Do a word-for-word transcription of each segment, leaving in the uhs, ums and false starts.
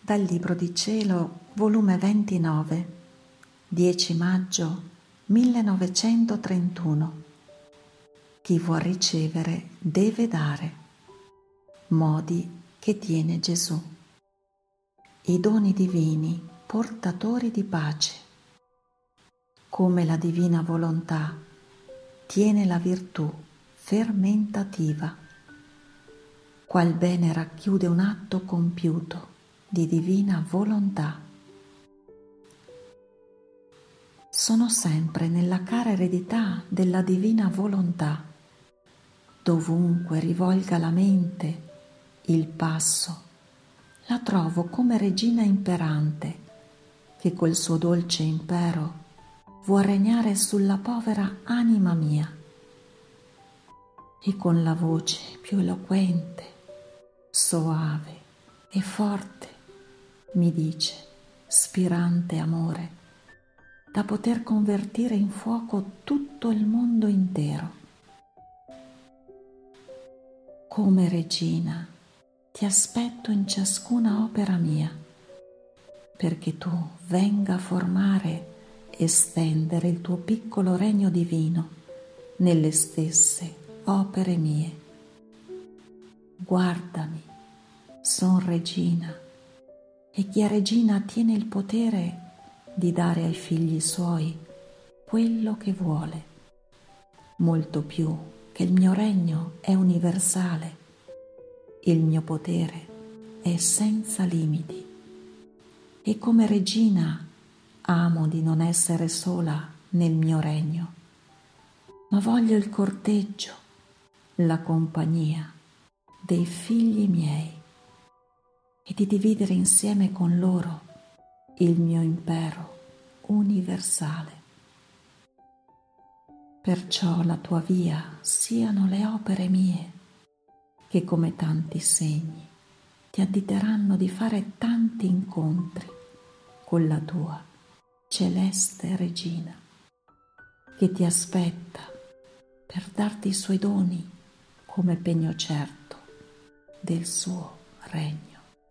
Dal Libro di Cielo, volume ventinove, dieci maggio millenovecentotrentuno. Chi vuol ricevere deve dare. Modi che tiene Gesù. I doni divini, portatori di pace. Come la divina volontà tiene la virtù fermentativa, qual bene racchiude un atto compiuto di divina volontà. Sono sempre nella cara eredità della divina volontà, dovunque rivolga la mente, il passo, la trovo come regina imperante, che col suo dolce impero vuol regnare sulla povera anima mia. E con la voce più eloquente, soave e forte, mi dice, spirante amore, da poter convertire in fuoco tutto il mondo intero. Come regina ti aspetto in ciascuna opera mia, perché tu venga a formare e stendere il tuo piccolo regno divino nelle stesse opere mie. Guardami, son regina, e chi è regina tiene il potere di dare ai figli suoi quello che vuole, molto più che il mio regno è universale, il mio potere è senza limiti, e come regina amo di non essere sola nel mio regno, ma voglio il corteggio, la compagnia dei figli miei e di dividere insieme con loro il mio impero universale. Perciò la tua via siano le opere mie, che come tanti segni ti additeranno di fare tanti incontri con la tua celeste regina, che ti aspetta per darti i suoi doni come pegno certo del suo regno.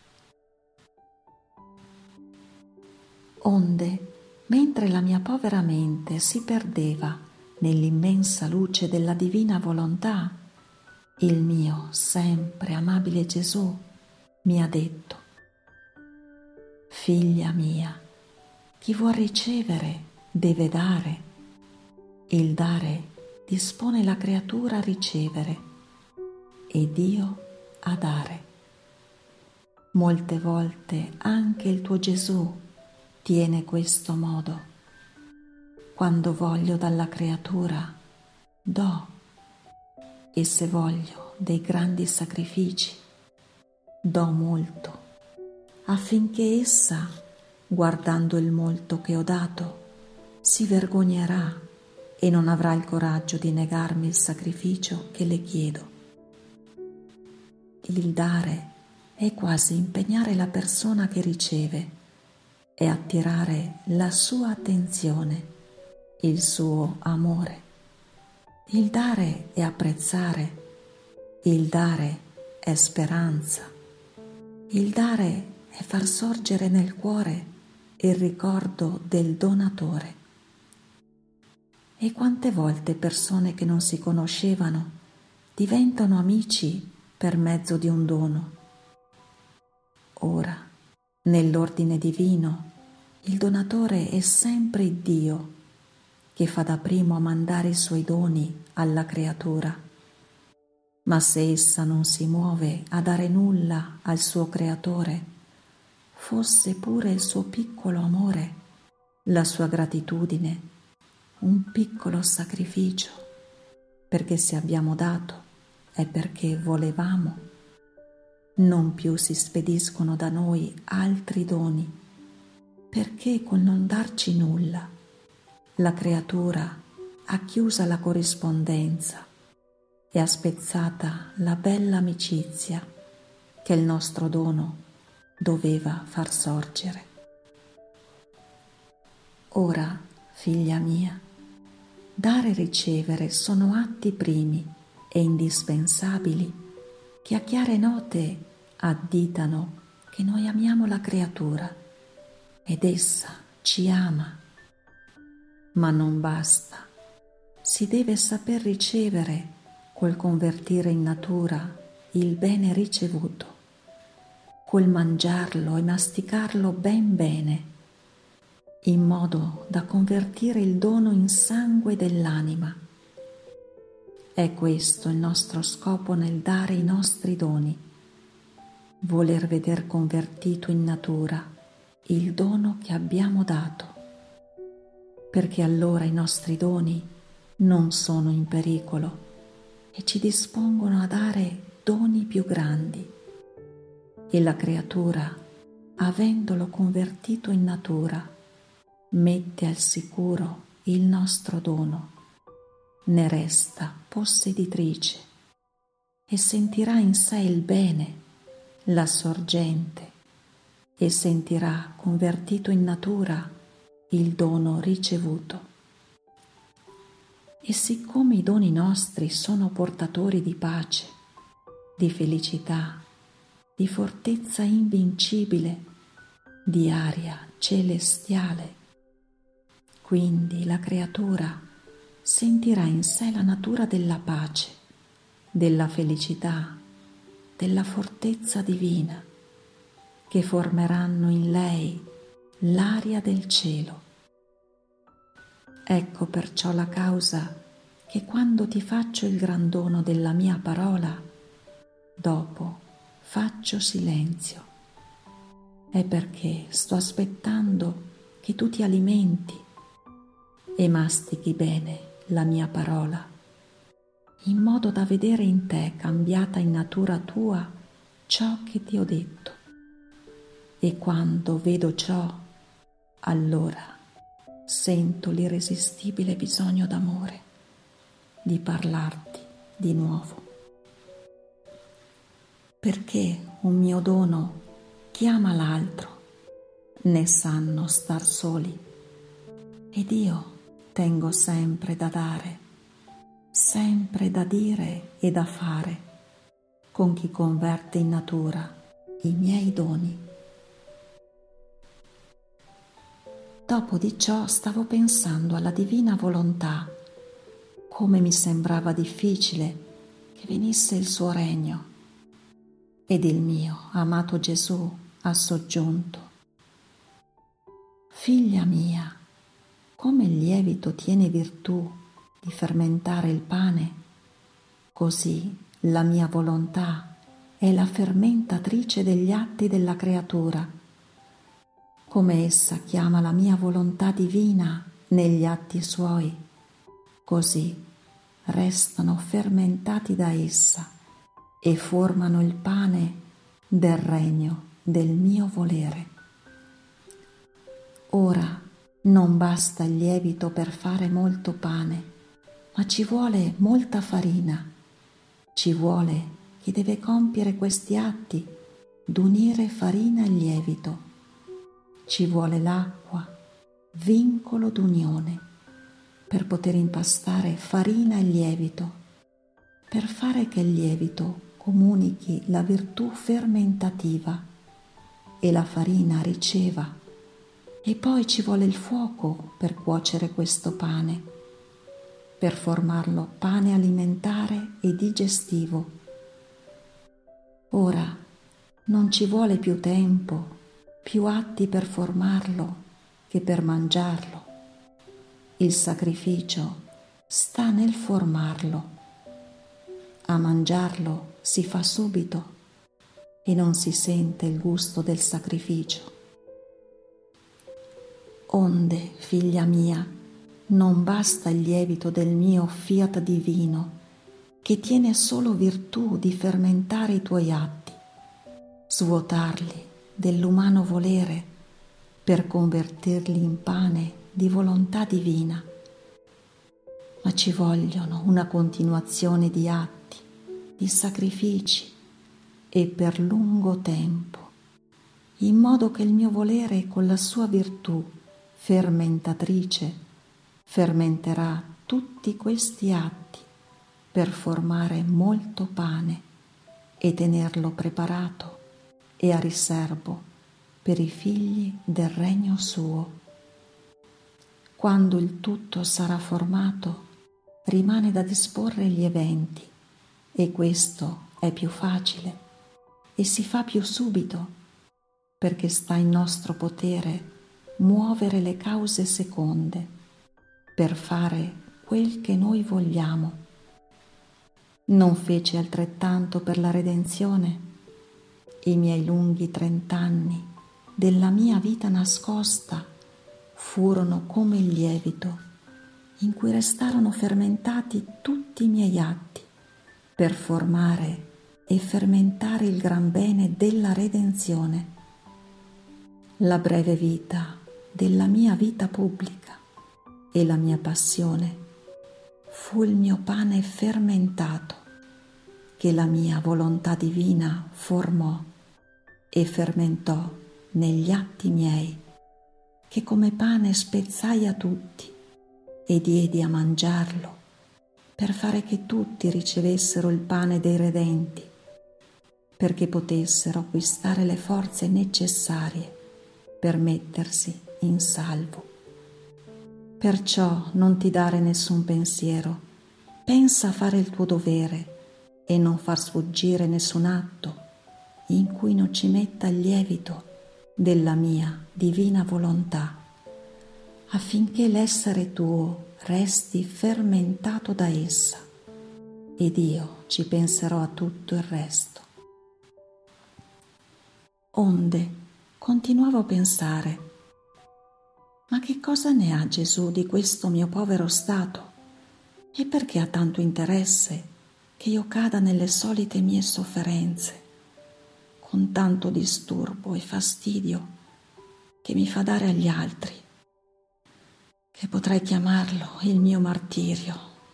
Onde, mentre la mia povera mente si perdeva nell'immensa luce della divina volontà, il mio sempre amabile Gesù mi ha detto: figlia mia, chi vuol ricevere deve dare. Il dare dispone la creatura a ricevere e Dio a dare. Molte volte anche il tuo Gesù tiene questo modo. Quando voglio dalla creatura, do, e se voglio dei grandi sacrifici, do molto, affinché essa, guardando il molto che ho dato, si vergognerà e non avrà il coraggio di negarmi il sacrificio che le chiedo. Il dare è quasi impegnare la persona che riceve e attirare la sua attenzione, il suo amore. Il dare è apprezzare, il dare è speranza, il dare è far sorgere nel cuore il ricordo del donatore. E quante volte persone che non si conoscevano diventano amici per mezzo di un dono. Ora, nell'ordine divino, il donatore è sempre Dio, che fa da primo a mandare i suoi doni alla creatura. Ma se essa non si muove a dare nulla al suo creatore, fosse pure il suo piccolo amore, la sua gratitudine, un piccolo sacrificio, perché se abbiamo dato è perché volevamo, non più si spediscono da noi altri doni, perché col non darci nulla la creatura ha chiusa la corrispondenza e ha spezzata la bella amicizia che il nostro dono doveva far sorgere. Ora, figlia mia, dare e ricevere sono atti primi e indispensabili che a chiare note additano che noi amiamo la creatura ed essa ci ama, ma non basta, si deve saper ricevere col convertire in natura il bene ricevuto, col mangiarlo e masticarlo ben bene, in modo da convertire il dono in sangue dell'anima. È questo il nostro scopo nel dare i nostri doni, voler veder convertito in natura il dono che abbiamo dato, perché allora i nostri doni non sono in pericolo e ci dispongono a dare doni più grandi, e la creatura, avendolo convertito in natura, mette al sicuro il nostro dono, ne resta posseditrice e sentirà in sé il bene, la sorgente, e sentirà convertito in natura il dono ricevuto. E siccome i doni nostri sono portatori di pace, di felicità, di fortezza invincibile, di aria celestiale, quindi la creatura sentirà in sé la natura della pace, della felicità, della fortezza divina, che formeranno in lei l'aria del cielo. Ecco perciò la causa che quando ti faccio il gran dono della mia parola, dopo faccio silenzio. È perché sto aspettando che tu ti alimenti e mastichi bene la mia parola, in modo da vedere in te cambiata in natura tua ciò che ti ho detto. E quando vedo ciò, allora sento l'irresistibile bisogno d'amore di parlarti di nuovo. Perché un mio dono chiama l'altro, né sanno star soli, ed io tengo sempre da dare, sempre da dire e da fare con chi converte in natura i miei doni. Dopo di ciò stavo pensando alla divina volontà, come mi sembrava difficile che venisse il suo regno, ed il mio amato Gesù ha soggiunto: Figlia mia, come il lievito tiene virtù di fermentare il pane, così la mia volontà è la fermentatrice degli atti della creatura. Come essa chiama la mia volontà divina negli atti suoi, così restano fermentati da essa e formano il pane del regno del mio volere. Ora non basta il lievito per fare molto pane, ma ci vuole molta farina. Ci vuole chi deve compiere questi atti d'unire farina e lievito. Ci vuole l'acqua, vincolo d'unione, per poter impastare farina e lievito, per fare che il lievito comunichi la virtù fermentativa e la farina riceva, e poi ci vuole il fuoco per cuocere questo pane, per formarlo pane alimentare e digestivo. Ora non ci vuole più tempo, più atti per formarlo che per mangiarlo. Il sacrificio sta nel formarlo. A mangiarlo si fa subito e non si sente il gusto del sacrificio. Onde, figlia mia, non basta il lievito del mio fiat divino, che tiene solo virtù di fermentare i tuoi atti, svuotarli dell'umano volere per convertirli in pane di volontà divina, ma ci vogliono una continuazione di atti, di sacrifici e per lungo tempo, in modo che il mio volere con la sua virtù fermentatrice fermenterà tutti questi atti per formare molto pane e tenerlo preparato e a riservo per i figli del regno suo. Quando il tutto sarà formato, rimane da disporre gli eventi, e questo è più facile e si fa più subito, perché sta in nostro potere muovere le cause seconde per fare quel che noi vogliamo. Non fece altrettanto per la redenzione? I miei lunghi trent'anni della mia vita nascosta furono come il lievito in cui restarono fermentati tutti i miei atti per formare e fermentare il gran bene della redenzione. La breve vita della mia vita pubblica e la mia passione fu il mio pane fermentato che la mia volontà divina formò e fermentò negli atti miei, che come pane spezzai a tutti e diedi a mangiarlo per fare che tutti ricevessero il pane dei redenti, perché potessero acquistare le forze necessarie per mettersi in salvo. Perciò non ti dare nessun pensiero, pensa a fare il tuo dovere e non far sfuggire nessun atto in cui non ci metta il lievito della mia divina volontà, affinché l'essere tuo resti fermentato da essa, ed io ci penserò a tutto il resto. Onde continuavo a pensare: ma che cosa ne ha Gesù di questo mio povero stato? E perché ha tanto interesse che io cada nelle solite mie sofferenze, con tanto disturbo e fastidio che mi fa dare agli altri, che potrei chiamarlo il mio martirio?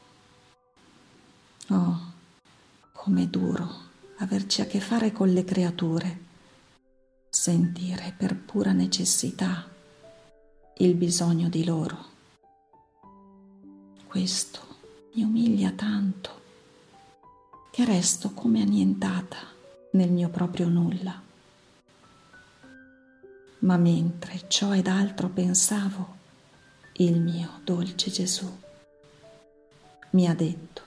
Oh, com'è duro averci a che fare con le creature, sentire per pura necessità il bisogno di loro. Questo mi umilia tanto che resto come annientata nel mio proprio nulla. Ma mentre ciò ed altro pensavo, il mio dolce Gesù mi ha detto: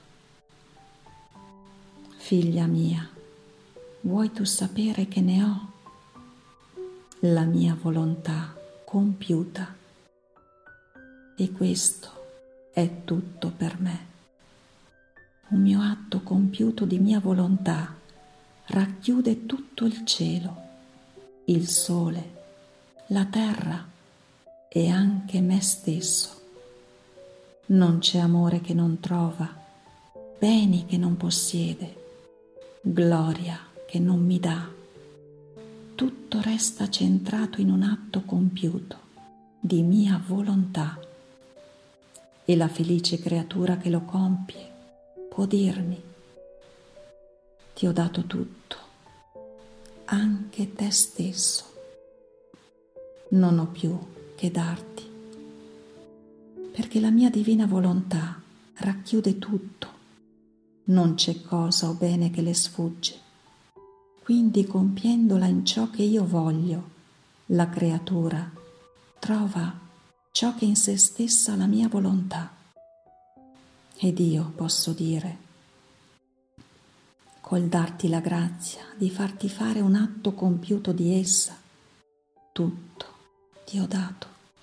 figlia mia, vuoi tu sapere che ne ho la mia volontà compiuta, e questo è tutto per me. Un mio atto compiuto di mia volontà racchiude tutto il cielo, il sole, la terra e anche me stesso. Non c'è amore che non trova, beni che non possiede, gloria che non mi dà. Tutto resta centrato in un atto compiuto di mia volontà, e la felice creatura che lo compie può dirmi: ti ho dato tutto, anche te stesso. Non ho più che darti, perché la mia divina volontà racchiude tutto, non c'è cosa o bene che le sfugge. Quindi, compiendola in ciò che io voglio, la creatura trova ciò che in se stessa la mia volontà. Ed io posso dire, col darti la grazia di farti fare un atto compiuto di essa, tutto ti ho dato.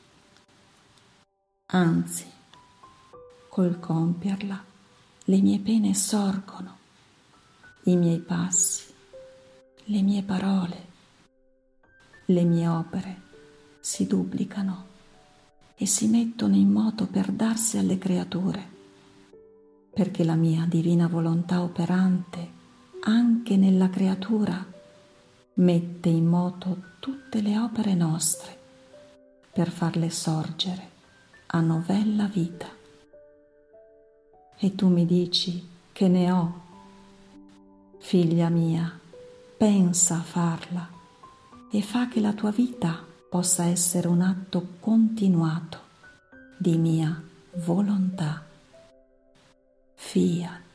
Anzi, col compierla, le mie pene sorgono, i miei passi, le mie parole, le mie opere si duplicano e si mettono in moto per darsi alle creature, perché la mia divina volontà operante anche nella creatura mette in moto tutte le opere nostre per farle sorgere a novella vita. E tu mi dici che ne ho? Figlia mia, pensa a farla e fa che la tua vita possa essere un atto continuato di mia volontà. Fiat.